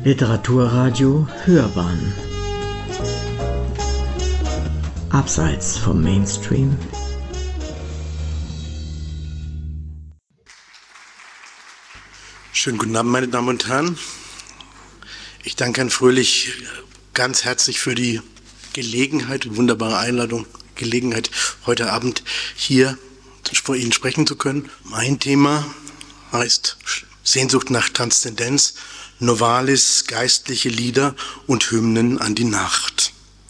Literaturradio Hörbahn Abseits vom Mainstream. Schönen guten Abend, meine Damen und Herren. Ich danke Herrn Fröhlich ganz herzlich für die Gelegenheit, wunderbare Einladung, Gelegenheit, heute Abend hier vor Ihnen sprechen zu können. Mein Thema heißt Sehnsucht nach Transzendenz, Novalis, geistliche Lieder und Hymnen an die Nacht.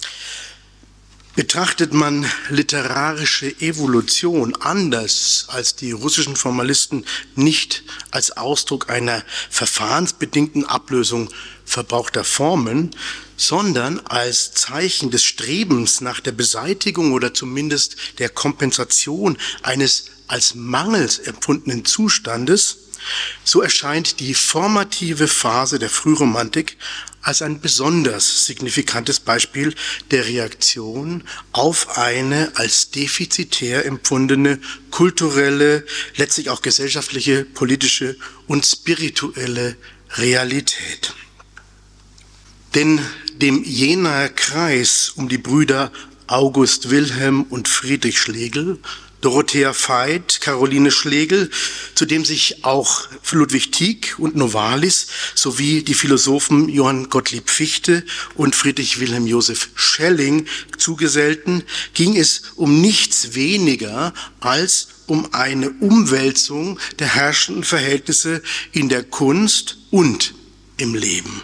Betrachtet man literarische Evolution anders als die russischen Formalisten nicht als Ausdruck einer verfahrensbedingten Ablösung verbrauchter Formen, sondern als Zeichen des Strebens nach der Beseitigung oder zumindest der Kompensation eines als Mangels empfundenen Zustandes, so erscheint die formative Phase der Frühromantik als ein besonders signifikantes Beispiel der Reaktion auf eine als defizitär empfundene kulturelle, letztlich auch gesellschaftliche, politische und spirituelle Realität. Denn dem Jenaer Kreis um die Brüder August Wilhelm und Friedrich Schlegel, Dorothea Veit, Caroline Schlegel, zu dem sich auch Ludwig Tieck und Novalis sowie die Philosophen Johann Gottlieb Fichte und Friedrich Wilhelm Joseph Schelling zugesellten, ging es um nichts weniger als um eine Umwälzung der herrschenden Verhältnisse in der Kunst und im Leben.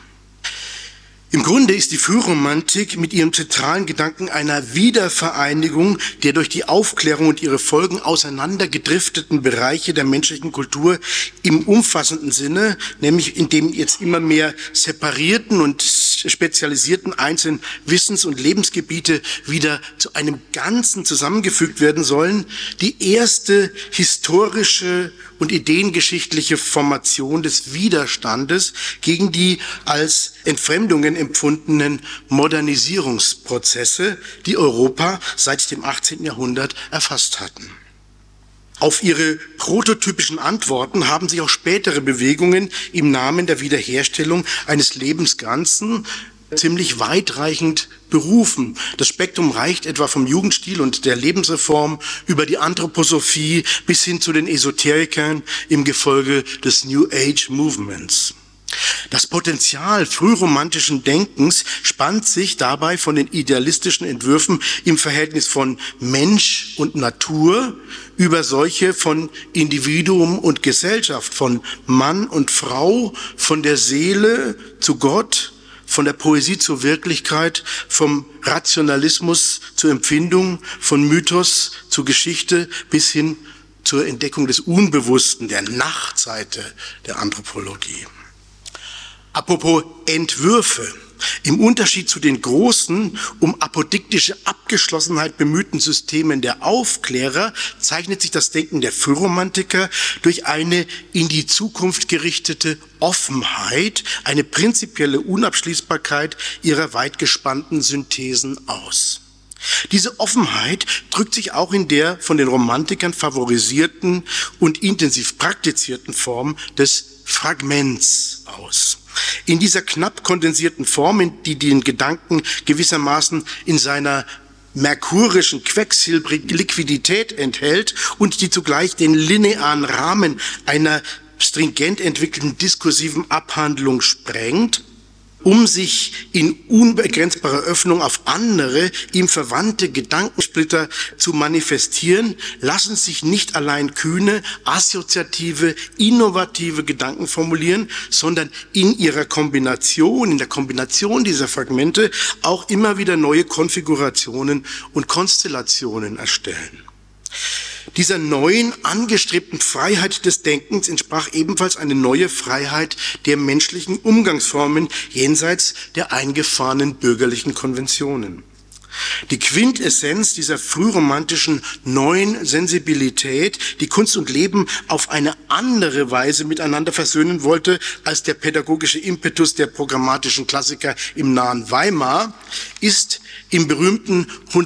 Im Grunde ist die Frühromantik mit ihrem zentralen Gedanken einer Wiedervereinigung der durch die Aufklärung und ihre Folgen auseinandergedrifteten Bereiche der menschlichen Kultur im umfassenden Sinne, nämlich indem jetzt immer mehr separierten und spezialisierten einzelnen Wissens- und Lebensgebiete wieder zu einem Ganzen zusammengefügt werden sollen, die erste historische und ideengeschichtliche Formation des Widerstandes gegen die als Entfremdungen empfundenen Modernisierungsprozesse, die Europa seit dem 18. Jahrhundert erfasst hatten. Auf ihre prototypischen Antworten haben sich auch spätere Bewegungen im Namen der Wiederherstellung eines Lebensganzen ziemlich weitreichend berufen. Das Spektrum reicht etwa vom Jugendstil und der Lebensreform über die Anthroposophie bis hin zu den Esoterikern im Gefolge des New Age Movements. Das Potenzial frühromantischen Denkens spannt sich dabei von den idealistischen Entwürfen im Verhältnis von Mensch und Natur über solche von Individuum und Gesellschaft, von Mann und Frau, von der Seele zu Gott, von der Poesie zur Wirklichkeit, vom Rationalismus zur Empfindung, von Mythos zur Geschichte bis hin zur Entdeckung des Unbewussten, der Nachtseite der Anthropologie. Apropos Entwürfe. Im Unterschied zu den großen, um apodiktische Abgeschlossenheit bemühten Systemen der Aufklärer zeichnet sich das Denken der Frühromantiker durch eine in die Zukunft gerichtete Offenheit, eine prinzipielle Unabschließbarkeit ihrer weit gespannten Synthesen aus. Diese Offenheit drückt sich auch in der von den Romantikern favorisierten und intensiv praktizierten Form des Fragments aus. In dieser knapp kondensierten Form, die den Gedanken gewissermaßen in seiner merkurischen, quecksilbrigen Liquidität enthält und die zugleich den linearen Rahmen einer stringent entwickelten diskursiven Abhandlung sprengt, um sich in unbegrenzbarer Öffnung auf andere, ihm verwandte Gedankensplitter zu manifestieren, lassen sich nicht allein kühne, assoziative, innovative Gedanken formulieren, sondern in der Kombination dieser Fragmente auch immer wieder neue Konfigurationen und Konstellationen erstellen. Dieser neuen, angestrebten Freiheit des Denkens entsprach ebenfalls eine neue Freiheit der menschlichen Umgangsformen jenseits der eingefahrenen bürgerlichen Konventionen. Die Quintessenz dieser frühromantischen neuen Sensibilität, die Kunst und Leben auf eine andere Weise miteinander versöhnen wollte als der pädagogische Impetus der programmatischen Klassiker im nahen Weimar, ist im berühmten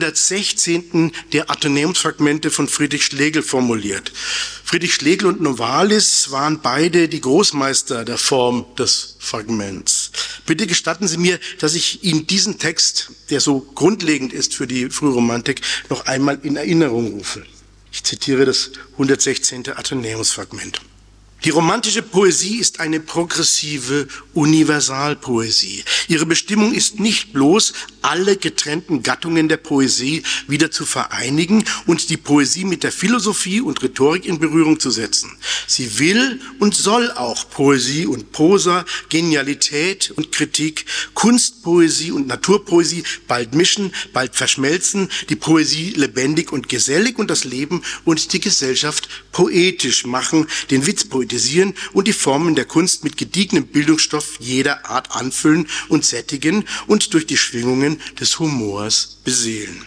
116. der Athenäumsfragmente von Friedrich Schlegel formuliert. Friedrich Schlegel und Novalis waren beide die Großmeister der Form des Fragments. Bitte gestatten Sie mir, dass ich Ihnen diesen Text, der so grundlegend ist für die Frühromantik, noch einmal in Erinnerung rufe. Ich zitiere das 116. Athenäumsfragment. Die romantische Poesie ist eine progressive Universalpoesie. Ihre Bestimmung ist nicht bloß, alle getrennten Gattungen der Poesie wieder zu vereinigen und die Poesie mit der Philosophie und Rhetorik in Berührung zu setzen. Sie will und soll auch Poesie und Prosa, Genialität und Kritik, Kunstpoesie und Naturpoesie bald mischen, bald verschmelzen, die Poesie lebendig und gesellig und das Leben und die Gesellschaft poetisch machen, den Witz poetisieren und die Formen der Kunst mit gediegenem Bildungsstoff jeder Art anfüllen und sättigen und durch die Schwingungen des Humors beseelen.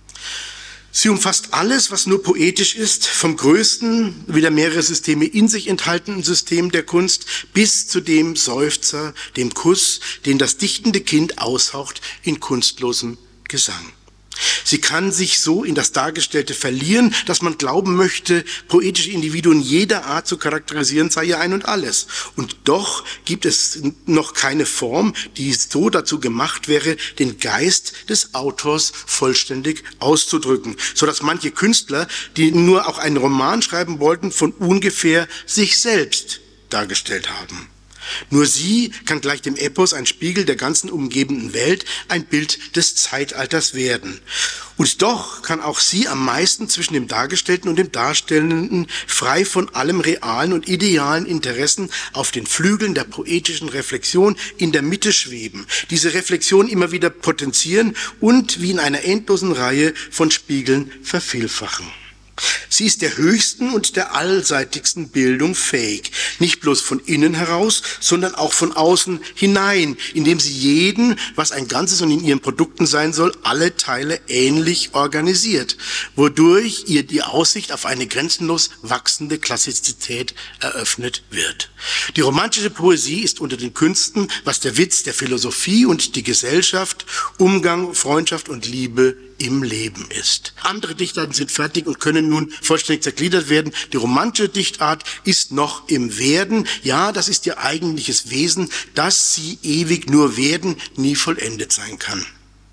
Sie umfasst alles, was nur poetisch ist, vom größten, wieder mehrere Systeme in sich enthaltenen System der Kunst bis zu dem Seufzer, dem Kuss, den das dichtende Kind aushaucht in kunstlosem Gesang. Sie kann sich so in das Dargestellte verlieren, dass man glauben möchte, poetische Individuen jeder Art zu charakterisieren sei ihr ein und alles. Und doch gibt es noch keine Form, die so dazu gemacht wäre, den Geist des Autors vollständig auszudrücken, sodass manche Künstler, die nur auch einen Roman schreiben wollten, von ungefähr sich selbst dargestellt haben. Nur sie kann gleich dem Epos ein Spiegel der ganzen umgebenden Welt, ein Bild des Zeitalters werden. Und doch kann auch sie am meisten zwischen dem Dargestellten und dem Darstellenden, frei von allem realen und idealen Interessen, auf den Flügeln der poetischen Reflexion in der Mitte schweben, diese Reflexion immer wieder potenzieren und wie in einer endlosen Reihe von Spiegeln vervielfachen. Sie ist der höchsten und der allseitigsten Bildung fähig, nicht bloß von innen heraus, sondern auch von außen hinein, indem sie jeden, was ein Ganzes und in ihren Produkten sein soll, alle Teile ähnlich organisiert, wodurch ihr die Aussicht auf eine grenzenlos wachsende Klassizität eröffnet wird. Die romantische Poesie ist unter den Künsten, was der Witz der Philosophie und die Gesellschaft, Umgang, Freundschaft und Liebe im Leben ist. Andere Dichtarten sind fertig und können nun vollständig zergliedert werden. Die romantische Dichtart ist noch im Werden. Ja, das ist ihr eigentliches Wesen, dass sie ewig nur werden, nie vollendet sein kann.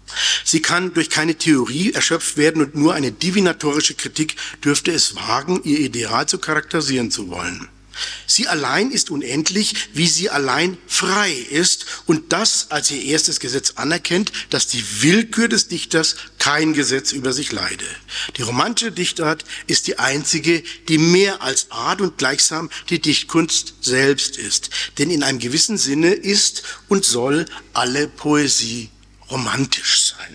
Sie kann durch keine Theorie erschöpft werden und nur eine divinatorische Kritik dürfte es wagen, ihr Ideal zu charakterisieren zu wollen. Sie allein ist unendlich, wie sie allein frei ist und das als ihr erstes Gesetz anerkennt, dass die Willkür des Dichters kein Gesetz über sich leide. Die romantische Dichtart ist die einzige, die mehr als Art und gleichsam die Dichtkunst selbst ist. Denn in einem gewissen Sinne ist und soll alle Poesie romantisch sein.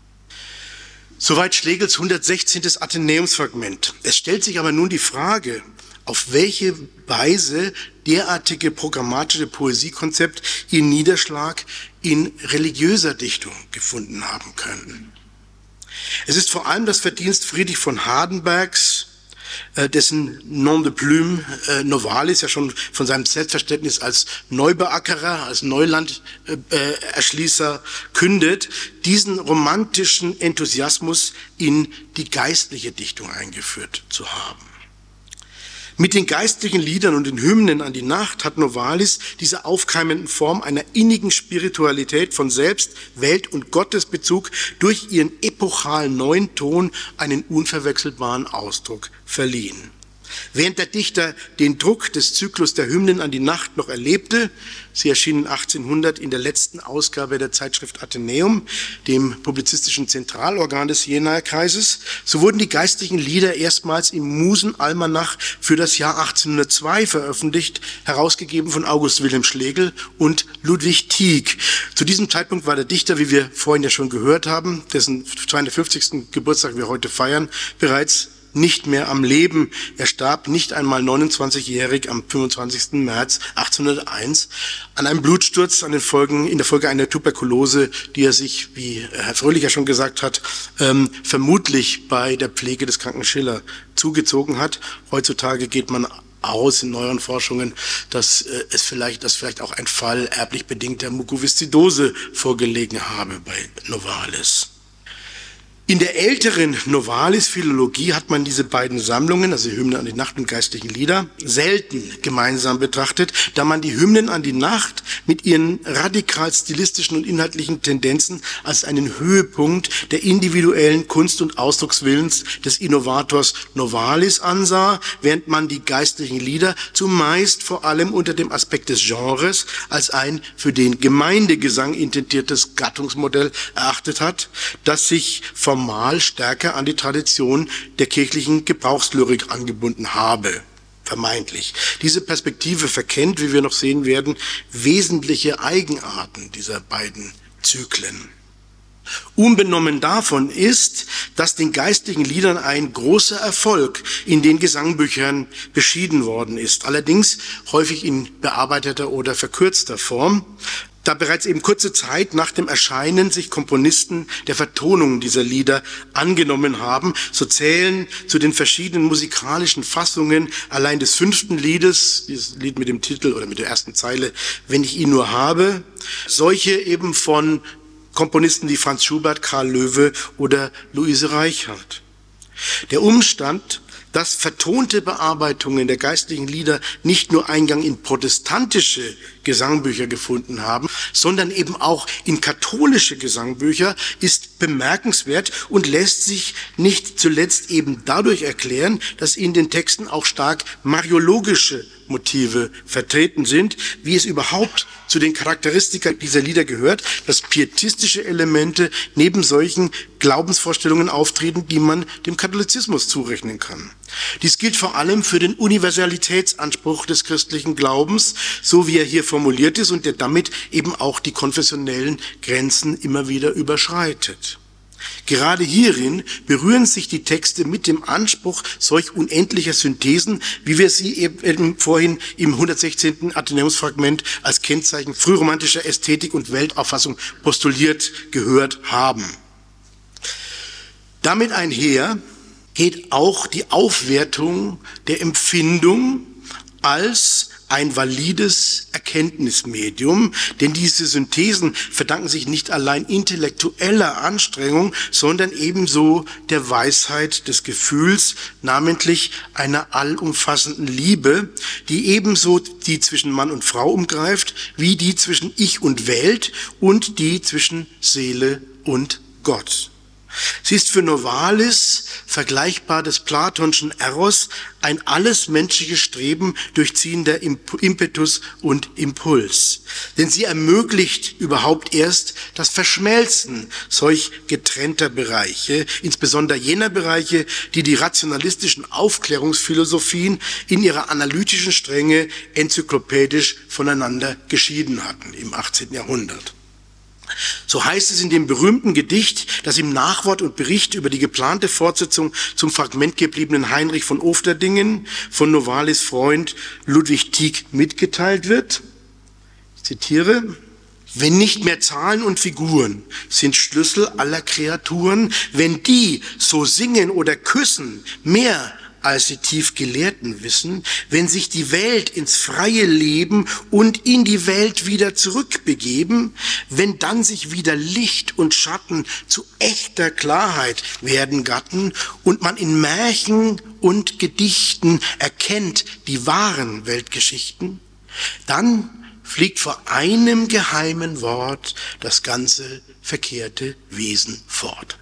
Soweit Schlegels 116. Athenäumsfragment. Es stellt sich aber nun die Frage, auf welche Weise derartige programmatische Poesiekonzept ihren Niederschlag in religiöser Dichtung gefunden haben können. Es ist vor allem das Verdienst Friedrich von Hardenbergs, dessen Nom de Plume Novalis ja schon von seinem Selbstverständnis als Neubeackerer, als Neulanderschließer kündet, diesen romantischen Enthusiasmus in die geistliche Dichtung eingeführt zu haben. Mit den geistlichen Liedern und den Hymnen an die Nacht hat Novalis diese aufkeimenden Form einer innigen Spiritualität von Selbst-, Welt- und Gottesbezug durch ihren epochalen neuen Ton einen unverwechselbaren Ausdruck verliehen. Während der Dichter den Druck des Zyklus der Hymnen an die Nacht noch erlebte, sie erschienen 1800 in der letzten Ausgabe der Zeitschrift Athenäum, dem publizistischen Zentralorgan des Jenaer Kreises, so wurden die geistlichen Lieder erstmals im Musenalmanach für das Jahr 1802 veröffentlicht, herausgegeben von August Wilhelm Schlegel und Ludwig Tieck. Zu diesem Zeitpunkt war der Dichter, wie wir vorhin ja schon gehört haben, dessen 250. Geburtstag wir heute feiern, bereits nicht mehr am Leben. Er starb nicht einmal 29-jährig am 25. März 1801 an einem Blutsturz in der Folge einer Tuberkulose, die er sich, wie Herr Fröhlich ja schon gesagt hat, vermutlich bei der Pflege des kranken Schiller zugezogen hat. Heutzutage geht man aus in neueren Forschungen, dass vielleicht auch ein Fall erblich bedingter Mukoviszidose vorgelegen habe bei Novalis. In der älteren Novalis-Philologie hat man diese beiden Sammlungen, also die Hymne an die Nacht und geistlichen Lieder, selten gemeinsam betrachtet, da man die Hymnen an die Nacht mit ihren radikal stilistischen und inhaltlichen Tendenzen als einen Höhepunkt der individuellen Kunst- und Ausdruckswillens des Innovators Novalis ansah, während man die geistlichen Lieder zumeist vor allem unter dem Aspekt des Genres als ein für den Gemeindegesang intendiertes Gattungsmodell erachtet hat, das sich formal stärker an die Tradition der kirchlichen Gebrauchslyrik angebunden habe, vermeintlich. Diese Perspektive verkennt, wie wir noch sehen werden, wesentliche Eigenarten dieser beiden Zyklen. Unbenommen davon ist, dass den geistlichen Liedern ein großer Erfolg in den Gesangbüchern beschieden worden ist, allerdings häufig in bearbeiteter oder verkürzter Form, da bereits eben kurze Zeit nach dem Erscheinen sich Komponisten der Vertonung dieser Lieder angenommen haben. So zählen zu den verschiedenen musikalischen Fassungen allein des 5. Liedes, dieses Lied mit dem Titel oder mit der ersten Zeile, Wenn ich ihn nur habe, solche eben von Komponisten wie Franz Schubert, Karl Löwe oder Luise Reichhardt. Der Umstand, dass vertonte Bearbeitungen der geistlichen Lieder nicht nur Eingang in protestantische Gesangbücher gefunden haben, sondern eben auch in katholische Gesangbücher, ist bemerkenswert und lässt sich nicht zuletzt eben dadurch erklären, dass in den Texten auch stark mariologische Motive vertreten sind, wie es überhaupt zu den Charakteristika dieser Lieder gehört, dass pietistische Elemente neben solchen Glaubensvorstellungen auftreten, die man dem Katholizismus zurechnen kann. Dies gilt vor allem für den Universalitätsanspruch des christlichen Glaubens, so wie er hier formuliert ist und der damit eben auch die konfessionellen Grenzen immer wieder überschreitet. Gerade hierin berühren sich die Texte mit dem Anspruch solch unendlicher Synthesen, wie wir sie eben vorhin im 116. Athenäumsfragment als Kennzeichen frühromantischer Ästhetik und Weltauffassung postuliert gehört haben. Damit einher geht auch die Aufwertung der Empfindung als ein valides Erkenntnismedium, denn diese Synthesen verdanken sich nicht allein intellektueller Anstrengung, sondern ebenso der Weisheit des Gefühls, namentlich einer allumfassenden Liebe, die ebenso die zwischen Mann und Frau umgreift, wie die zwischen Ich und Welt und die zwischen Seele und Gott. Sie ist für Novalis vergleichbar des platonschen Eros, ein alles menschliche Streben durchziehender Impetus und Impuls. Denn sie ermöglicht überhaupt erst das Verschmelzen solch getrennter Bereiche, insbesondere jener Bereiche, die die rationalistischen Aufklärungsphilosophien in ihrer analytischen Strenge enzyklopädisch voneinander geschieden hatten im 18. Jahrhundert. So heißt es in dem berühmten Gedicht, das im Nachwort und Bericht über die geplante Fortsetzung zum Fragment gebliebenen Heinrich von Ofterdingen von Novalis Freund Ludwig Tieck mitgeteilt wird. Ich zitiere: Wenn nicht mehr Zahlen und Figuren sind Schlüssel aller Kreaturen, wenn die so singen oder küssen, mehr als die Tiefgelehrten wissen, wenn sich die Welt ins freie Leben und in die Welt wieder zurückbegeben, wenn dann sich wieder Licht und Schatten zu echter Klarheit werden gatten und man in Märchen und Gedichten erkennt die wahren Weltgeschichten, dann fliegt vor einem geheimen Wort das ganze verkehrte Wesen fort.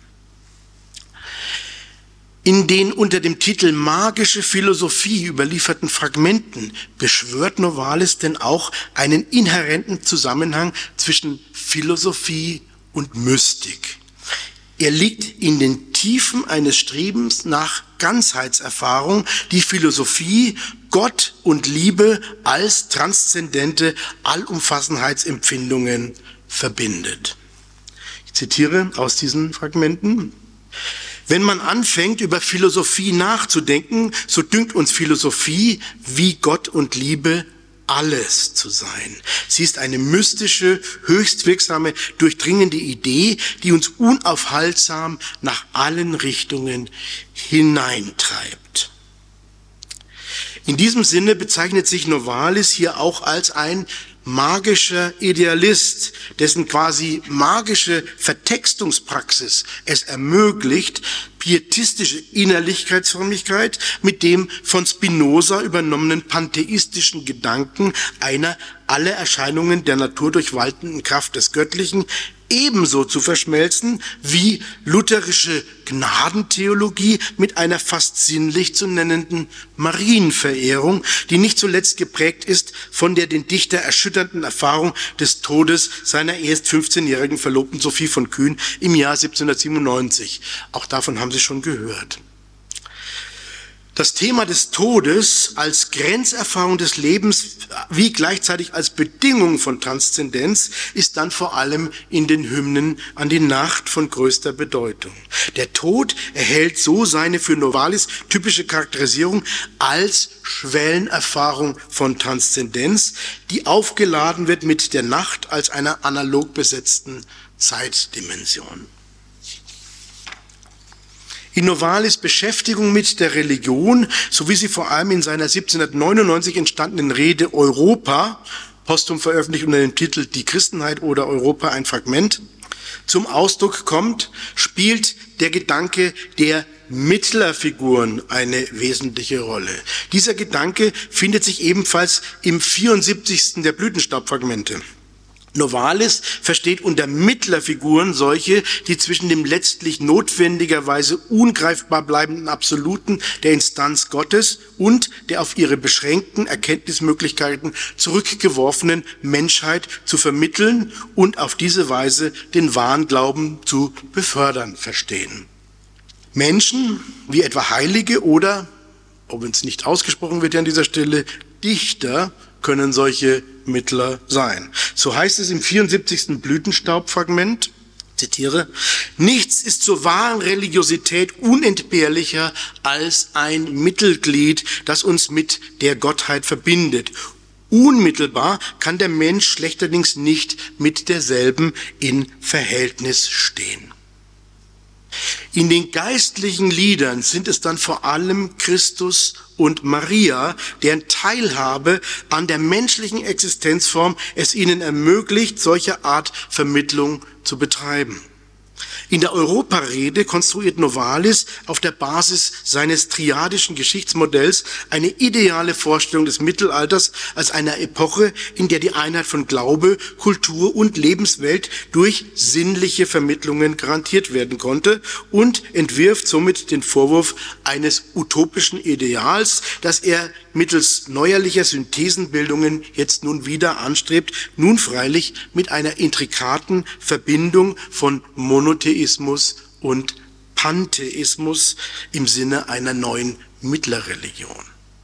In den unter dem Titel Magische Philosophie überlieferten Fragmenten beschwört Novalis denn auch einen inhärenten Zusammenhang zwischen Philosophie und Mystik. Er liegt in den Tiefen eines Strebens nach Ganzheitserfahrung, die Philosophie, Gott und Liebe als transzendente Allumfassenheitsempfindungen verbindet. Ich zitiere aus diesen Fragmenten: Wenn man anfängt, über Philosophie nachzudenken, so dünkt uns Philosophie wie Gott und Liebe alles zu sein. Sie ist eine mystische, höchst wirksame, durchdringende Idee, die uns unaufhaltsam nach allen Richtungen hineintreibt. In diesem Sinne bezeichnet sich Novalis hier auch als ein magischer Idealist, dessen quasi magische Vertextungspraxis es ermöglicht, pietistische Innerlichkeitsfrömmigkeit mit dem von Spinoza übernommenen pantheistischen Gedanken einer alle Erscheinungen der Natur durchwaltenden Kraft des Göttlichen ebenso zu verschmelzen wie lutherische Gnadentheologie mit einer fast sinnlich zu nennenden Marienverehrung, die nicht zuletzt geprägt ist von der den Dichter erschütternden Erfahrung des Todes seiner erst 15-jährigen Verlobten Sophie von Kühn im Jahr 1797. Auch davon haben Sie schon gehört. Das Thema des Todes als Grenzerfahrung des Lebens wie gleichzeitig als Bedingung von Transzendenz ist dann vor allem in den Hymnen an die Nacht von größter Bedeutung. Der Tod erhält so seine für Novalis typische Charakterisierung als Schwellenerfahrung von Transzendenz, die aufgeladen wird mit der Nacht als einer analog besetzten Zeitdimension. In Novalis Beschäftigung mit der Religion, so wie sie vor allem in seiner 1799 entstandenen Rede Europa, posthum veröffentlicht unter dem Titel Die Christenheit oder Europa ein Fragment, zum Ausdruck kommt, spielt der Gedanke der Mittlerfiguren eine wesentliche Rolle. Dieser Gedanke findet sich ebenfalls im 74. der Blütenstaubfragmente. Novalis versteht unter Mittlerfiguren solche, die zwischen dem letztlich notwendigerweise ungreifbar bleibenden Absoluten der Instanz Gottes und der auf ihre beschränkten Erkenntnismöglichkeiten zurückgeworfenen Menschheit zu vermitteln und auf diese Weise den wahren Glauben zu befördern verstehen. Menschen wie etwa Heilige oder, ob es nicht ausgesprochen wird an dieser Stelle, Dichter können solche Mittler sein. So heißt es im 74. Blütenstaubfragment, zitiere, nichts ist zur wahren Religiosität unentbehrlicher als ein Mittelglied, das uns mit der Gottheit verbindet. Unmittelbar kann der Mensch schlechterdings nicht mit derselben in Verhältnis stehen. In den geistlichen Liedern sind es dann vor allem Christus und Maria, deren Teilhabe an der menschlichen Existenzform es ihnen ermöglicht, solche Art Vermittlung zu betreiben. In der Europarede konstruiert Novalis auf der Basis seines triadischen Geschichtsmodells eine ideale Vorstellung des Mittelalters als einer Epoche, in der die Einheit von Glaube, Kultur und Lebenswelt durch sinnliche Vermittlungen garantiert werden konnte und entwirft somit den Vorwurf eines utopischen Ideals, das er mittels neuerlicher Synthesenbildungen jetzt nun wieder anstrebt, nun freilich mit einer intrikaten Verbindung von Monotheismus und Pantheismus im Sinne einer neuen Mittlerreligion.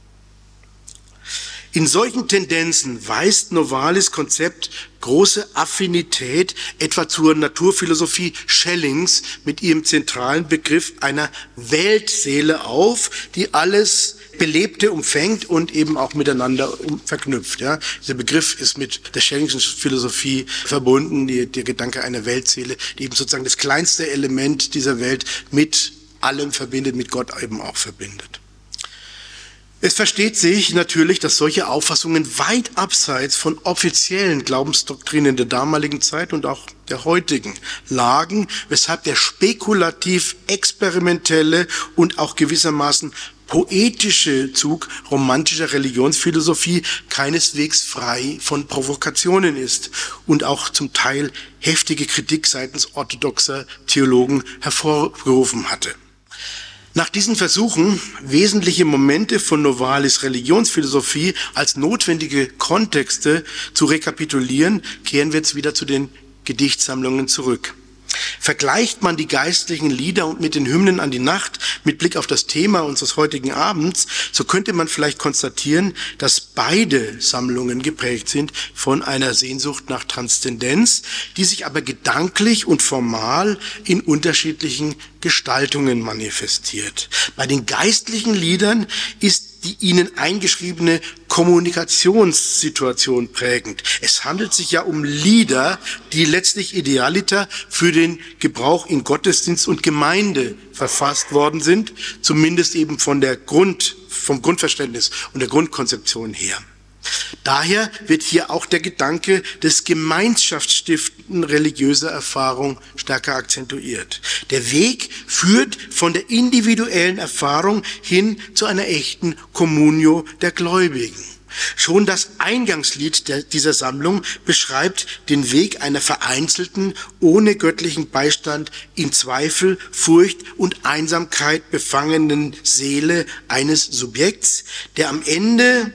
In solchen Tendenzen weist Novalis Konzept große Affinität etwa zur Naturphilosophie Schellings mit ihrem zentralen Begriff einer Weltseele auf, die alles Belebte umfängt und eben auch miteinander verknüpft. Ja. Dieser Begriff ist mit der Schellingschen Philosophie verbunden, der Gedanke einer Weltseele, die eben sozusagen das kleinste Element dieser Welt mit allem verbindet, mit Gott eben auch verbindet. Es versteht sich natürlich, dass solche Auffassungen weit abseits von offiziellen Glaubensdoktrinen der damaligen Zeit und auch der heutigen lagen, weshalb der spekulativ experimentelle und auch gewissermaßen poetische Zug romantischer Religionsphilosophie keineswegs frei von Provokationen ist und auch zum Teil heftige Kritik seitens orthodoxer Theologen hervorgerufen hatte. Nach diesen Versuchen, wesentliche Momente von Novalis Religionsphilosophie als notwendige Kontexte zu rekapitulieren, kehren wir jetzt wieder zu den Gedichtsammlungen zurück. Vergleicht man die geistlichen Lieder und mit den Hymnen an die Nacht mit Blick auf das Thema unseres heutigen Abends, so könnte man vielleicht konstatieren, dass beide Sammlungen geprägt sind von einer Sehnsucht nach Transzendenz, die sich aber gedanklich und formal in unterschiedlichen Gestaltungen manifestiert. Bei den geistlichen Liedern ist die ihnen eingeschriebene Kommunikationssituation prägend. Es handelt sich ja um Lieder, die letztlich idealiter für den Gebrauch in Gottesdienst und Gemeinde verfasst worden sind, zumindest eben vom Grundverständnis und der Grundkonzeption her. Daher wird hier auch der Gedanke des Gemeinschaftsstiftenden religiöser Erfahrung stärker akzentuiert. Der Weg führt von der individuellen Erfahrung hin zu einer echten Communio der Gläubigen. Schon das Eingangslied dieser Sammlung beschreibt den Weg einer vereinzelten, ohne göttlichen Beistand in Zweifel, Furcht und Einsamkeit befangenen Seele eines Subjekts, der am Ende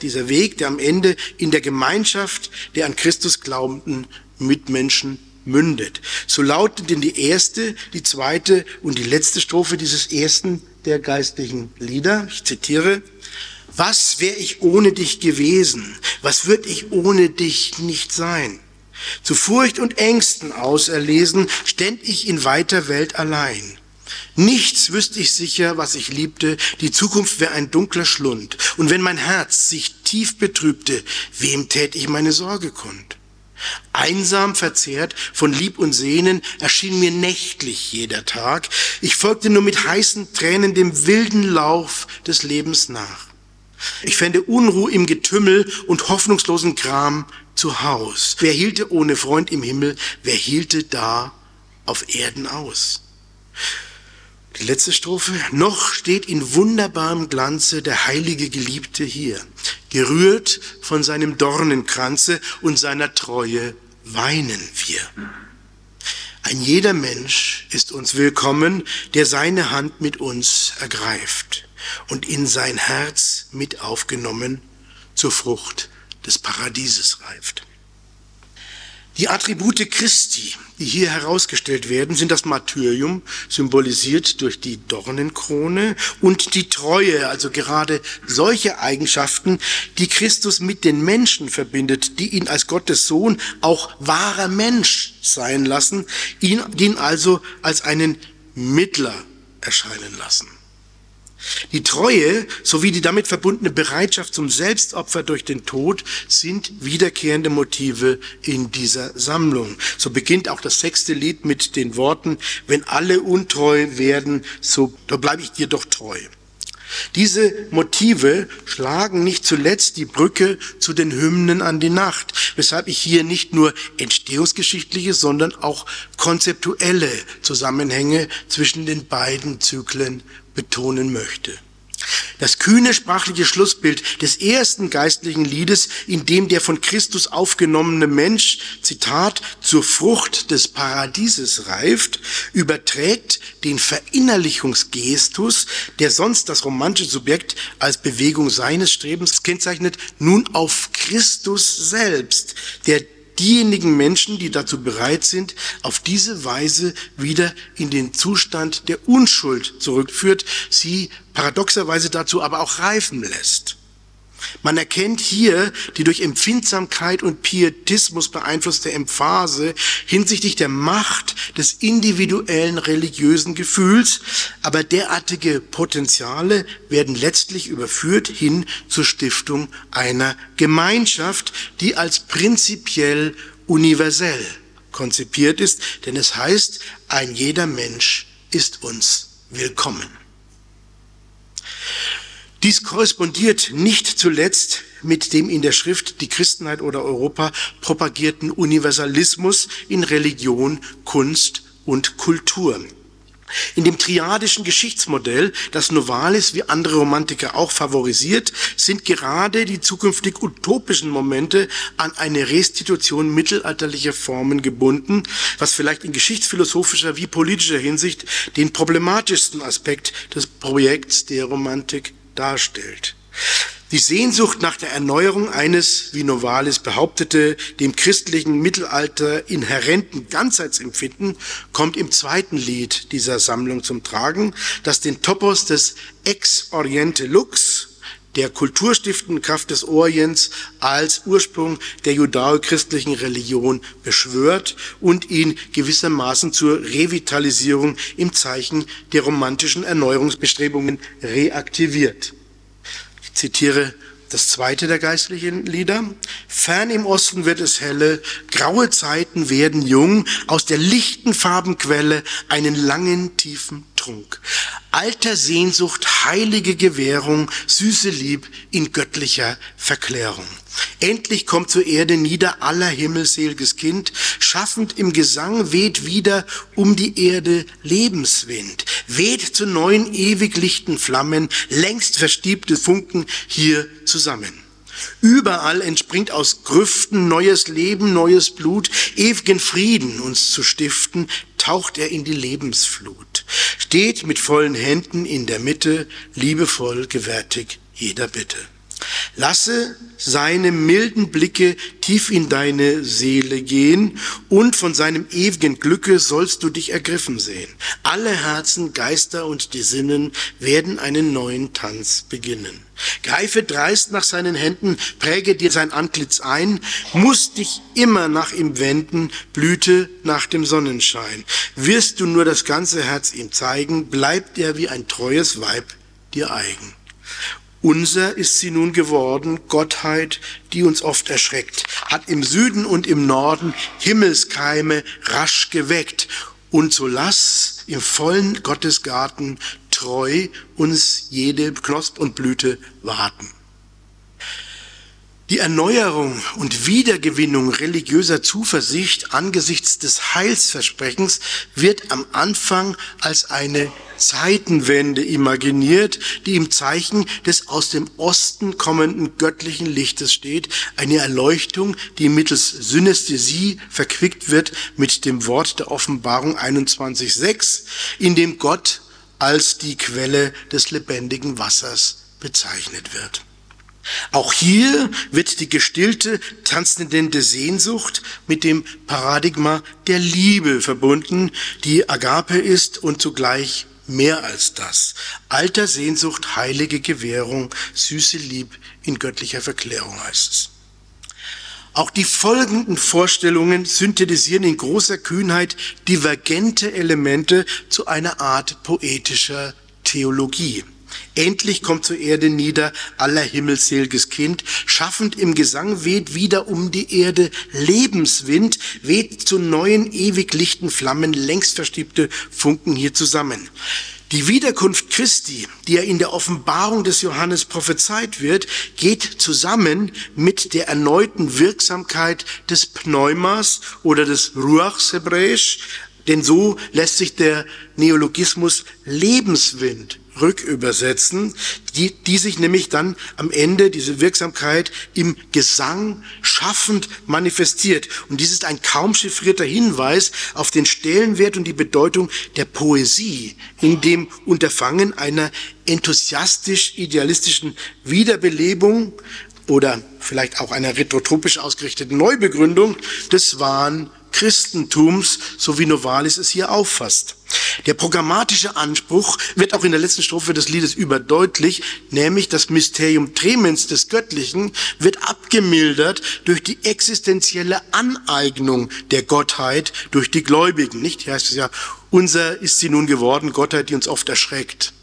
in der Gemeinschaft der an Christus glaubenden Mitmenschen mündet. So lautet denn die erste, die zweite und die letzte Strophe dieses ersten der geistlichen Lieder. Ich zitiere: Was wäre ich ohne dich gewesen? Was würd ich ohne dich nicht sein? Zu Furcht und Ängsten auserlesen, ständ ich in weiter Welt allein. Nichts wüsste ich sicher, was ich liebte, die Zukunft wäre ein dunkler Schlund. Und wenn mein Herz sich tief betrübte, wem tät ich meine Sorge kund? Einsam verzehrt von Lieb und Sehnen erschien mir nächtlich jeder Tag. Ich folgte nur mit heißen Tränen dem wilden Lauf des Lebens nach. Ich fände Unruhe im Getümmel und hoffnungslosen Gram zu Haus. Wer hielte ohne Freund im Himmel, wer hielte da auf Erden aus? Die letzte Strophe: Noch steht in wunderbarem Glanze der heilige Geliebte hier. Gerührt von seinem Dornenkranze und seiner Treue weinen wir. Ein jeder Mensch ist uns willkommen, der seine Hand mit uns ergreift und in sein Herz mit aufgenommen zur Frucht des Paradieses reift. Die Attribute Christi, die hier herausgestellt werden, sind das Martyrium, symbolisiert durch die Dornenkrone, und die Treue, also gerade solche Eigenschaften, die Christus mit den Menschen verbindet, die ihn als Gottes Sohn auch wahrer Mensch sein lassen, ihn also als einen Mittler erscheinen lassen. Die Treue sowie die damit verbundene Bereitschaft zum Selbstopfer durch den Tod sind wiederkehrende Motive in dieser Sammlung. So beginnt auch das 6. Lied mit den Worten: Wenn alle untreu werden, so bleibe ich dir doch treu. Diese Motive schlagen nicht zuletzt die Brücke zu den Hymnen an die Nacht, weshalb ich hier nicht nur entstehungsgeschichtliche, sondern auch konzeptuelle Zusammenhänge zwischen den beiden Zyklen betonen möchte. Das kühne sprachliche Schlussbild des ersten geistlichen Liedes, in dem der von Christus aufgenommene Mensch, Zitat, zur Frucht des Paradieses reift, überträgt den Verinnerlichungsgestus, der sonst das romantische Subjekt als Bewegung seines Strebens kennzeichnet, nun auf Christus selbst, der diejenigen Menschen, die dazu bereit sind, auf diese Weise wieder in den Zustand der Unschuld zurückführt, sie paradoxerweise dazu aber auch reifen lässt. Man erkennt hier die durch Empfindsamkeit und Pietismus beeinflusste Emphase hinsichtlich der Macht des individuellen religiösen Gefühls, aber derartige Potenziale werden letztlich überführt hin zur Stiftung einer Gemeinschaft, die als prinzipiell universell konzipiert ist, denn es heißt, ein jeder Mensch ist uns willkommen. Dies korrespondiert nicht zuletzt mit dem in der Schrift Die Christenheit oder Europa propagierten Universalismus in Religion, Kunst und Kultur. In dem triadischen Geschichtsmodell, das Novalis wie andere Romantiker auch favorisiert, sind gerade die zukünftig utopischen Momente an eine Restitution mittelalterlicher Formen gebunden, was vielleicht in geschichtsphilosophischer wie politischer Hinsicht den problematischsten Aspekt des Projekts der Romantik darstellt. Die Sehnsucht nach der Erneuerung eines, wie Novalis behauptete, dem christlichen Mittelalter inhärenten Ganzheitsempfinden kommt im 2. Lied dieser Sammlung zum Tragen, das den Topos des Ex Oriente Lux, der kulturstiftenden Kraft des Orients, als Ursprung der judäo-christlichen Religion beschwört und ihn gewissermaßen zur Revitalisierung im Zeichen der romantischen Erneuerungsbestrebungen reaktiviert. Ich zitiere das 2. der geistlichen Lieder. Fern im Osten wird es helle, graue Zeiten werden jung, aus der lichten Farbenquelle einen langen, tiefen Trunk. Alter Sehnsucht, heilige Gewährung, süße Lieb in göttlicher Verklärung. Endlich kommt zur Erde nieder aller himmelselges Kind, schaffend im Gesang weht wieder um die Erde Lebenswind, weht zu neuen ewig lichten Flammen, längst verstiebte Funken hier zusammen. Überall entspringt aus Grüften neues Leben, neues Blut, ewigen Frieden uns zu stiften, taucht er in die Lebensflut, steht mit vollen Händen in der Mitte, liebevoll gewärtig jeder Bitte. Lasse seine milden Blicke tief in deine Seele gehen und von seinem ewigen Glücke sollst du dich ergriffen sehen. Alle Herzen, Geister und die Sinnen werden einen neuen Tanz beginnen. Greife dreist nach seinen Händen, präge dir sein Antlitz ein, musst dich immer nach ihm wenden, blüte nach dem Sonnenschein. Wirst du nur das ganze Herz ihm zeigen, bleibt er wie ein treues Weib dir eigen. Unser ist sie nun geworden, Gottheit, die uns oft erschreckt, hat im Süden und im Norden Himmelskeime rasch geweckt. Und so lass im vollen Gottesgarten treu uns jede Knosp und Blüte warten. Die Erneuerung und Wiedergewinnung religiöser Zuversicht angesichts des Heilsversprechens wird am Anfang als eine Zeitenwende imaginiert, die im Zeichen des aus dem Osten kommenden göttlichen Lichtes steht, eine Erleuchtung, die mittels Synästhesie verquickt wird mit dem Wort der Offenbarung 21,6, in dem Gott als die Quelle des lebendigen Wassers bezeichnet wird. Auch hier wird die gestillte, transzendente Sehnsucht mit dem Paradigma der Liebe verbunden, die Agape ist und zugleich mehr als das. Alter Sehnsucht, heilige Gewährung, süße Lieb in göttlicher Verklärung heißt es. Auch die folgenden Vorstellungen synthetisieren in großer Kühnheit divergente Elemente zu einer Art poetischer Theologie. Endlich kommt zur Erde nieder aller himmelselges Kind, schaffend im Gesang weht wieder um die Erde Lebenswind, weht zu neuen ewig lichten Flammen, längst verstiebte Funken hier zusammen. Die Wiederkunft Christi, die ja in der Offenbarung des Johannes prophezeit wird, geht zusammen mit der erneuten Wirksamkeit des Pneumas oder des Ruachs hebräisch, denn so lässt sich der Neologismus Lebenswind rückübersetzen, die sich nämlich dann am Ende, diese Wirksamkeit, im Gesang schaffend manifestiert. Und dies ist ein kaum chiffrierter Hinweis auf den Stellenwert und die Bedeutung der Poesie in dem Unterfangen einer enthusiastisch-idealistischen Wiederbelebung oder vielleicht auch einer retrotropisch ausgerichteten Neubegründung des wahren Christentums, so wie Novalis es hier auffasst. Der programmatische Anspruch wird auch in der letzten Strophe des Liedes überdeutlich, nämlich das Mysterium Tremens des Göttlichen wird abgemildert durch die existenzielle Aneignung der Gottheit durch die Gläubigen. Nicht? Hier heißt es ja, unser ist sie nun geworden, Gottheit, die uns oft erschreckt.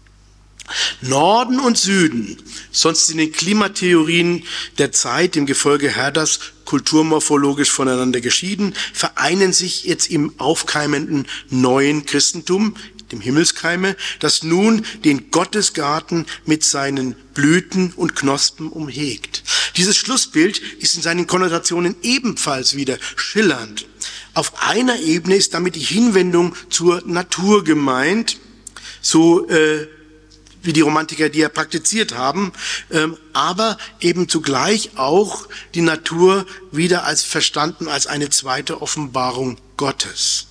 Norden und Süden, sonst in den Klimatheorien der Zeit im Gefolge Herders kulturmorphologisch voneinander geschieden, vereinen sich jetzt im aufkeimenden neuen Christentum, dem Himmelskeime, das nun den Gottesgarten mit seinen Blüten und Knospen umhegt. Dieses Schlussbild ist in seinen Konnotationen ebenfalls wieder schillernd. Auf einer Ebene ist damit die Hinwendung zur Natur gemeint, so wie die Romantiker, die ja praktiziert haben, aber eben zugleich auch die Natur wieder als verstanden als eine zweite Offenbarung Gottes.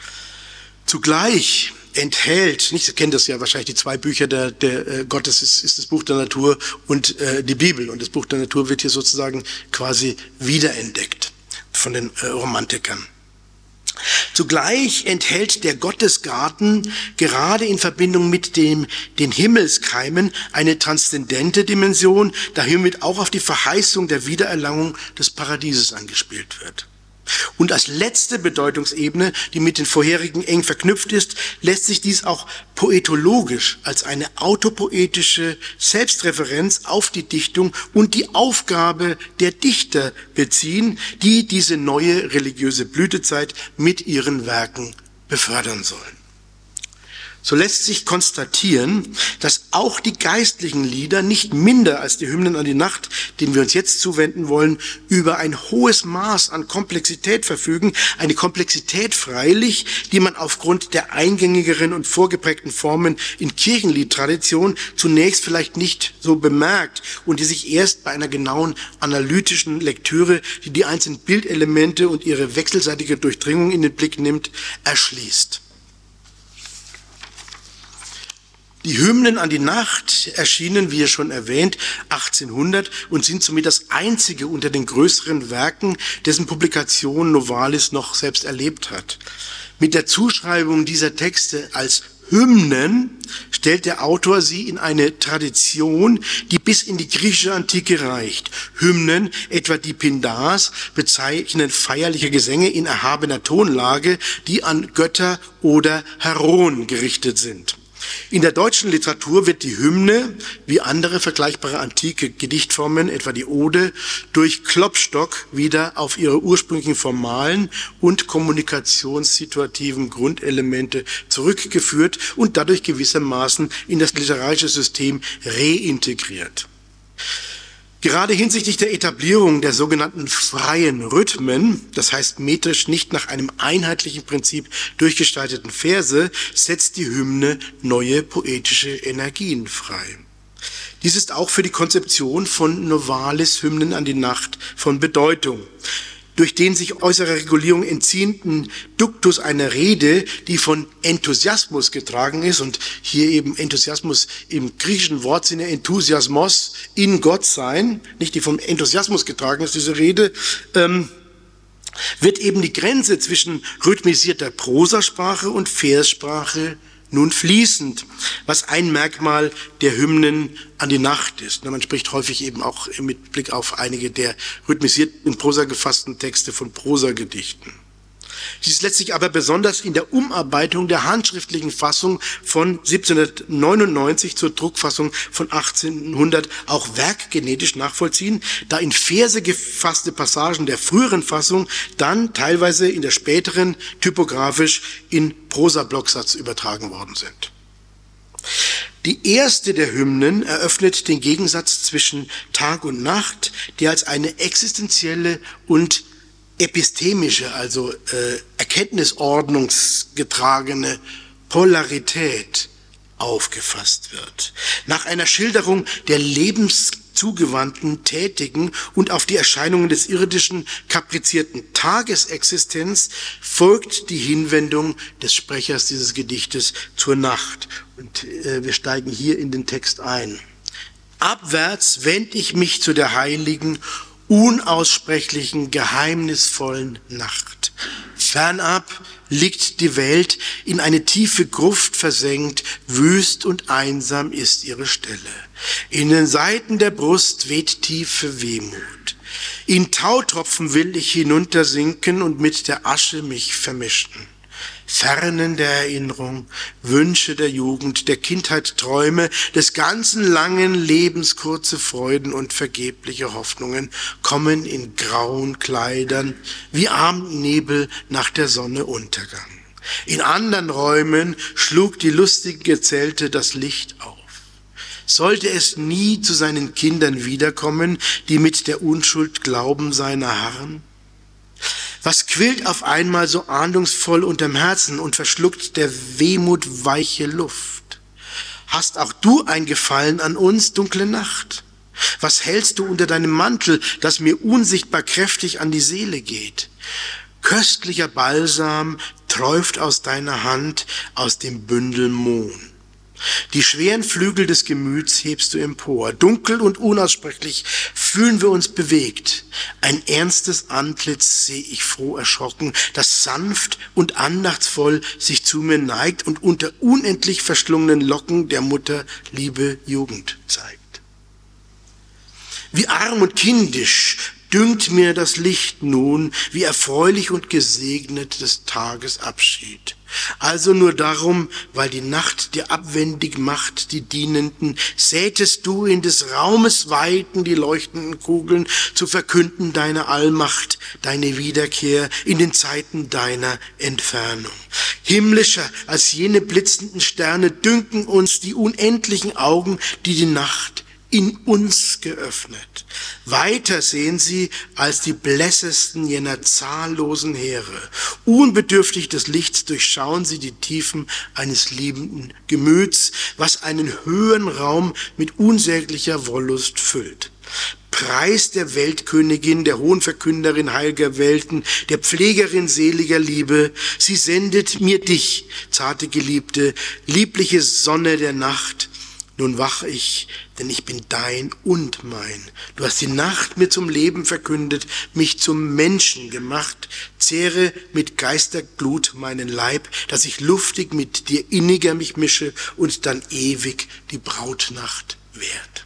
Zugleich enthält, nicht, Sie kennen das ja wahrscheinlich, die zwei Bücher der Gottes ist das Buch der Natur und die Bibel. Und das Buch der Natur wird hier sozusagen quasi wiederentdeckt von den Romantikern. Zugleich enthält der Gottesgarten gerade in Verbindung mit den Himmelskeimen eine transzendente Dimension, da hiermit auch auf die Verheißung der Wiedererlangung des Paradieses angespielt wird. Und als letzte Bedeutungsebene, die mit den vorherigen eng verknüpft ist, lässt sich dies auch poetologisch als eine autopoetische Selbstreferenz auf die Dichtung und die Aufgabe der Dichter beziehen, die diese neue religiöse Blütezeit mit ihren Werken befördern sollen. So lässt sich konstatieren, dass auch die geistlichen Lieder nicht minder als die Hymnen an die Nacht, denen wir uns jetzt zuwenden wollen, über ein hohes Maß an Komplexität verfügen. Eine Komplexität freilich, die man aufgrund der eingängigeren und vorgeprägten Formen in Kirchenliedtradition zunächst vielleicht nicht so bemerkt und die sich erst bei einer genauen analytischen Lektüre, die die einzelnen Bildelemente und ihre wechselseitige Durchdringung in den Blick nimmt, erschließt. Die Hymnen an die Nacht erschienen, wie schon erwähnt, 1800 und sind somit das einzige unter den größeren Werken, dessen Publikation Novalis noch selbst erlebt hat. Mit der Zuschreibung dieser Texte als Hymnen stellt der Autor sie in eine Tradition, die bis in die griechische Antike reicht. Hymnen, etwa die Pindars, bezeichnen feierliche Gesänge in erhabener Tonlage, die an Götter oder Heroen gerichtet sind. In der deutschen Literatur wird die Hymne, wie andere vergleichbare antike Gedichtformen, etwa die Ode, durch Klopstock wieder auf ihre ursprünglichen formalen und kommunikationssituativen Grundelemente zurückgeführt und dadurch gewissermaßen in das literarische System reintegriert. Gerade hinsichtlich der Etablierung der sogenannten freien Rhythmen, das heißt metrisch nicht nach einem einheitlichen Prinzip durchgestalteten Verse, setzt die Hymne neue poetische Energien frei. Dies ist auch für die Konzeption von Novalis Hymnen an die Nacht von Bedeutung. Durch den sich äußerer Regulierung entziehenden Duktus einer Rede, die von Enthusiasmus getragen ist, und hier eben Enthusiasmus im griechischen Wortsinne Enthusiasmos, in Gott sein, nicht die vom Enthusiasmus getragen ist, diese Rede, wird eben die Grenze zwischen rhythmisierter Prosasprache und Verssprache nun fließend, was ein Merkmal der Hymnen an die Nacht ist. Man spricht häufig eben auch mit Blick auf einige der rhythmisiert in Prosa gefassten Texte von Prosagedichten. Dies ist letztlich aber besonders in der Umarbeitung der handschriftlichen Fassung von 1799 zur Druckfassung von 1800 auch werkgenetisch nachvollziehen, da in Verse gefasste Passagen der früheren Fassung dann teilweise in der späteren typografisch in Prosablocksatz übertragen worden sind. Die erste der Hymnen eröffnet den Gegensatz zwischen Tag und Nacht, der als eine existenzielle und epistemische, also erkenntnisordnungsgetragene Polarität aufgefasst wird. Nach einer Schilderung der lebenszugewandten, tätigen und auf die Erscheinungen des irdischen kaprizierten Tagesexistenz folgt die Hinwendung des Sprechers dieses Gedichtes zur Nacht. Und wir steigen hier in den Text ein. Abwärts wend ich mich zu der heiligen, unaussprechlichen, geheimnisvollen Nacht. Fernab liegt die Welt in eine tiefe Gruft versenkt, wüst und einsam ist ihre Stelle. In den Seiten der Brust weht tiefe Wehmut. In Tautropfen will ich hinuntersinken und mit der Asche mich vermischen. Fernen der Erinnerung, Wünsche der Jugend, der Kindheit Träume, des ganzen langen Lebens kurze Freuden und vergebliche Hoffnungen kommen in grauen Kleidern wie Abendnebel nach der Sonne Untergang. In anderen Räumen schlug die lustige Gezelte das Licht auf. Sollte es nie zu seinen Kindern wiederkommen, die mit der Unschuld glauben seiner harren? Was quillt auf einmal so ahndungsvoll unterm Herzen und verschluckt der Wehmut weiche Luft? Hast auch du ein Gefallen an uns, dunkle Nacht? Was hältst du unter deinem Mantel, das mir unsichtbar kräftig an die Seele geht? Köstlicher Balsam träuft aus deiner Hand, aus dem Bündel Mohn. Die schweren Flügel des Gemüts hebst du empor. Dunkel und unaussprechlich fühlen wir uns bewegt. Ein ernstes Antlitz sehe ich froh erschrocken, das sanft und andachtsvoll sich zu mir neigt und unter unendlich verschlungenen Locken der Mutter liebe Jugend zeigt. Wie arm und kindisch dünkt mir das Licht nun, wie erfreulich und gesegnet des Tages Abschied. Also nur darum, weil die Nacht dir abwendig macht, die Dienenden, sätest du in des Raumes Weiten die leuchtenden Kugeln, zu verkünden deine Allmacht, deine Wiederkehr in den Zeiten deiner Entfernung. Himmlischer als jene blitzenden Sterne dünken uns die unendlichen Augen, die die Nacht in uns geöffnet. Weiter sehen sie als die blässesten jener zahllosen Heere. Unbedürftig des Lichts durchschauen sie die Tiefen eines liebenden Gemüts, was einen höheren Raum mit unsäglicher Wollust füllt. Preis der Weltkönigin, der hohen Verkünderin heiliger Welten, der Pflegerin seliger Liebe. Sie sendet mir dich, zarte Geliebte, liebliche Sonne der Nacht. Nun wach ich, denn ich bin dein und mein. Du hast die Nacht mir zum Leben verkündet, mich zum Menschen gemacht. Zehre mit Geisterglut meinen Leib, dass ich luftig mit dir inniger mich mische und dann ewig die Brautnacht währt.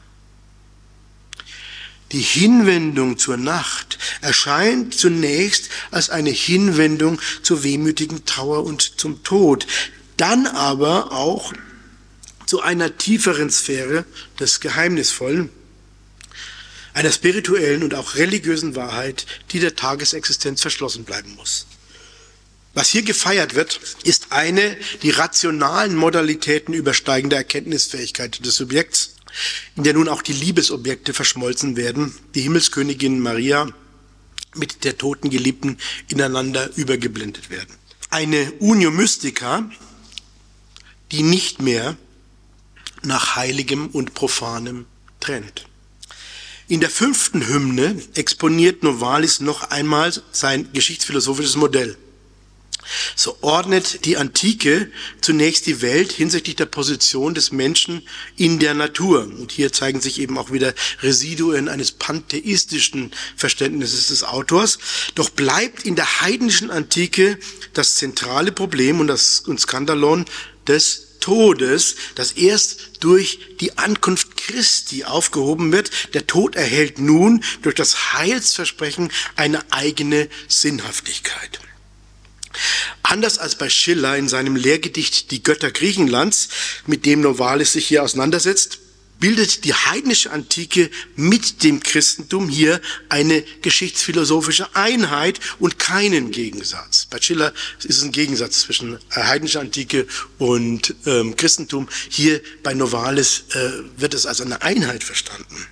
Die Hinwendung zur Nacht erscheint zunächst als eine Hinwendung zur wehmütigen Trauer und zum Tod, dann aber auch zu einer tieferen Sphäre des Geheimnisvollen, einer spirituellen und auch religiösen Wahrheit, die der Tagesexistenz verschlossen bleiben muss. Was hier gefeiert wird, ist eine die rationalen Modalitäten übersteigende Erkenntnisfähigkeit des Subjekts, in der nun auch die Liebesobjekte verschmolzen werden, die Himmelskönigin Maria mit der toten Geliebten ineinander übergeblendet werden. Eine Unio Mystica, die nicht mehr nach Heiligem und Profanem trennt. In der 5. Hymne exponiert Novalis noch einmal sein geschichtsphilosophisches Modell. So ordnet die Antike zunächst die Welt hinsichtlich der Position des Menschen in der Natur. Und hier zeigen sich eben auch wieder Residuen eines pantheistischen Verständnisses des Autors. Doch bleibt in der heidnischen Antike das zentrale Problem und Skandalon des Todes, das erst durch die Ankunft Christi aufgehoben wird. Der Tod erhält nun durch das Heilsversprechen eine eigene Sinnhaftigkeit. Anders als bei Schiller in seinem Lehrgedicht Die Götter Griechenlands, mit dem Novalis sich hier auseinandersetzt, bildet die heidnische Antike mit dem Christentum hier eine geschichtsphilosophische Einheit und keinen Gegensatz. Bei Schiller ist es ein Gegensatz zwischen heidnischer Antike und Christentum. Hier bei Novalis wird es als eine Einheit verstanden.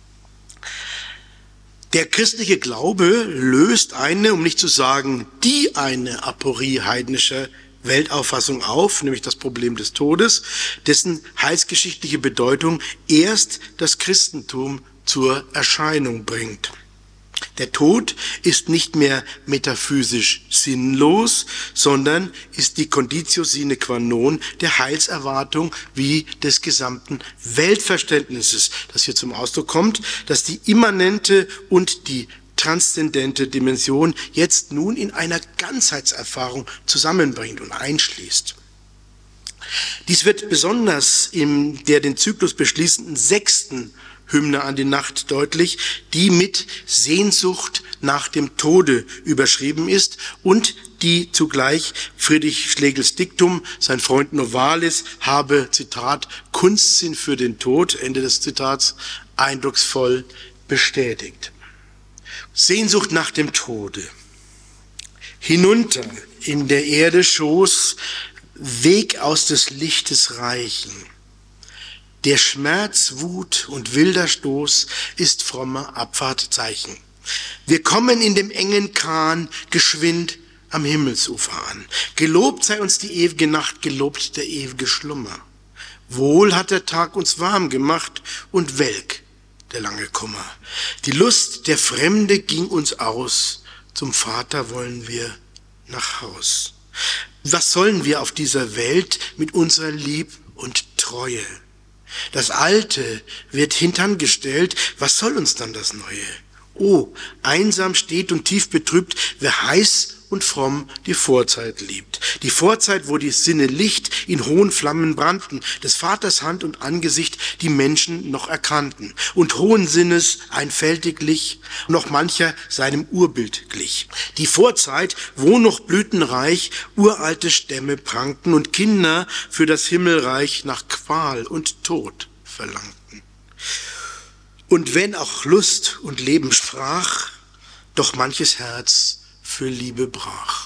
Der christliche Glaube löst eine, um nicht zu sagen eine Aporie heidnischer Weltauffassung auf, nämlich das Problem des Todes, dessen heilsgeschichtliche Bedeutung erst das Christentum zur Erscheinung bringt. Der Tod ist nicht mehr metaphysisch sinnlos, sondern ist die Conditio sine qua non der Heilserwartung wie des gesamten Weltverständnisses, das hier zum Ausdruck kommt, dass die immanente und die transzendente Dimension jetzt nun in einer Ganzheitserfahrung zusammenbringt und einschließt. Dies wird besonders in der den Zyklus beschließenden 6. Hymne an die Nacht deutlich, die mit Sehnsucht nach dem Tode überschrieben ist und die zugleich Friedrich Schlegels Diktum, sein Freund Novalis, habe, Zitat, Kunstsinn für den Tod, Ende des Zitats, eindrucksvoll bestätigt. Sehnsucht nach dem Tode. Hinunter in der Erde Schoß, Weg aus des Lichtes reichen. Der Schmerz, Wut und wilder Stoß ist frommer Abfahrtzeichen. Wir kommen in dem engen Kahn geschwind am Himmelsufer an. Gelobt sei uns die ewige Nacht, gelobt der ewige Schlummer. Wohl hat der Tag uns warm gemacht und welk der lange Kummer. Die Lust der Fremde ging uns aus, zum Vater wollen wir nach Haus. Was sollen wir auf dieser Welt mit unserer Lieb und Treue? Das Alte wird hintangestellt, was soll uns dann das Neue? Oh, einsam steht und tief betrübt, wer heiß und fromm die Vorzeit liebt. Die Vorzeit, wo die Sinne Licht in hohen Flammen brannten, des Vaters Hand und Angesicht die Menschen noch erkannten und hohen Sinnes einfältiglich noch mancher seinem Urbild glich. Die Vorzeit, wo noch blütenreich uralte Stämme prangten und Kinder für das Himmelreich nach Qual und Tod verlangten. Und wenn auch Lust und Leben sprach, doch manches Herz für Liebe brach.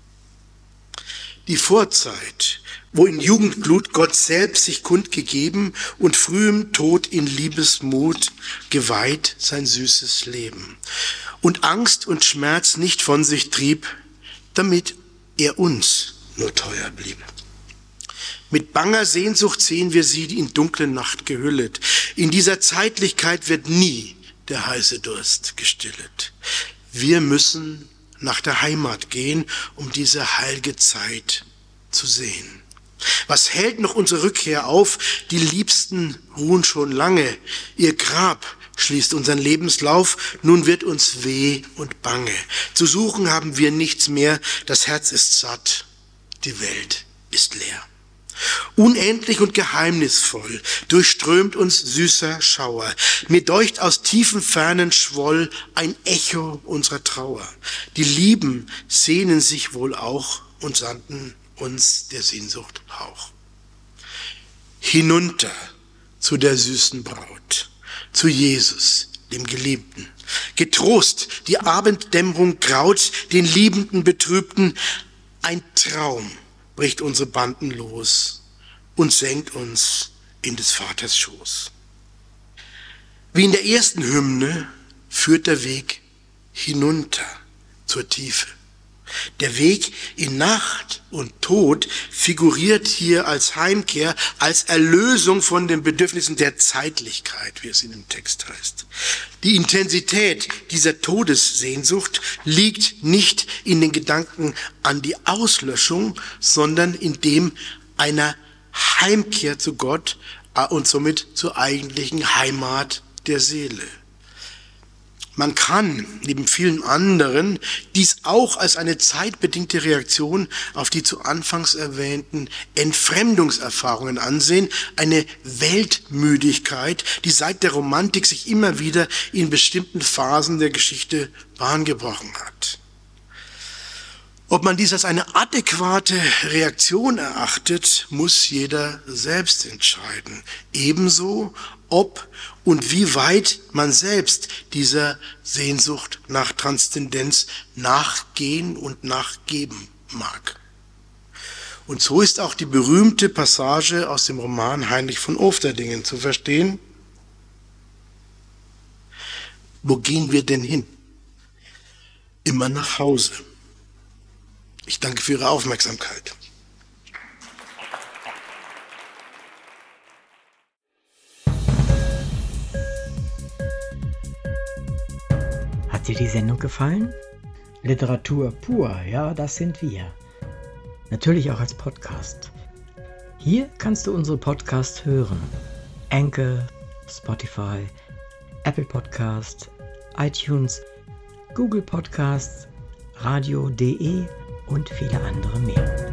Die Vorzeit, wo in Jugendglut Gott selbst sich kundgegeben und frühem Tod in Liebesmut geweiht sein süßes Leben und Angst und Schmerz nicht von sich trieb, damit er uns nur teuer blieb. Mit banger Sehnsucht sehen wir sie in dunkle Nacht gehüllet. In dieser Zeitlichkeit wird nie der heiße Durst gestillet. Wir müssen nach der Heimat gehen, um diese heilge Zeit zu sehen. Was hält noch unsere Rückkehr auf? Die Liebsten ruhen schon lange. Ihr Grab schließt unseren Lebenslauf. Nun wird uns weh und bange. Zu suchen haben wir nichts mehr. Das Herz ist satt. Die Welt ist leer. Unendlich und geheimnisvoll durchströmt uns süßer Schauer. Mir deucht aus tiefen Fernen schwoll ein Echo unserer Trauer. Die Lieben sehnen sich wohl auch und sandten uns der Sehnsucht Hauch. Hinunter zu der süßen Braut, zu Jesus, dem Geliebten. Getrost, die Abenddämmerung graut, den Liebenden Betrübten. Ein Traum bricht unsere Banden los und senkt uns in des Vaters Schoß. Wie in der ersten Hymne führt der Weg hinunter zur Tiefe. Der Weg in Nacht und Tod figuriert hier als Heimkehr, als Erlösung von den Bedürfnissen der Zeitlichkeit, wie es in dem Text heißt. Die Intensität dieser Todessehnsucht liegt nicht in den Gedanken an die Auslöschung, sondern in dem einer Heimkehr zu Gott und somit zur eigentlichen Heimat der Seele. Man kann, neben vielen anderen, dies auch als eine zeitbedingte Reaktion auf die zu Anfangs erwähnten Entfremdungserfahrungen ansehen, eine Weltmüdigkeit, die seit der Romantik sich immer wieder in bestimmten Phasen der Geschichte Bahn gebrochen hat. Ob man dies als eine adäquate Reaktion erachtet, muss jeder selbst entscheiden. Ebenso, ob und wie weit man selbst dieser Sehnsucht nach Transzendenz nachgehen und nachgeben mag. Und so ist auch die berühmte Passage aus dem Roman Heinrich von Ofterdingen zu verstehen. Wo gehen wir denn hin? Immer nach Hause. Ich danke für Ihre Aufmerksamkeit. Hat dir die Sendung gefallen? Literatur pur, ja, das sind wir. Natürlich auch als Podcast. Hier kannst du unsere Podcasts hören. Anchor, Spotify, Apple Podcast, iTunes, Google Podcasts, radio.de und viele andere mehr.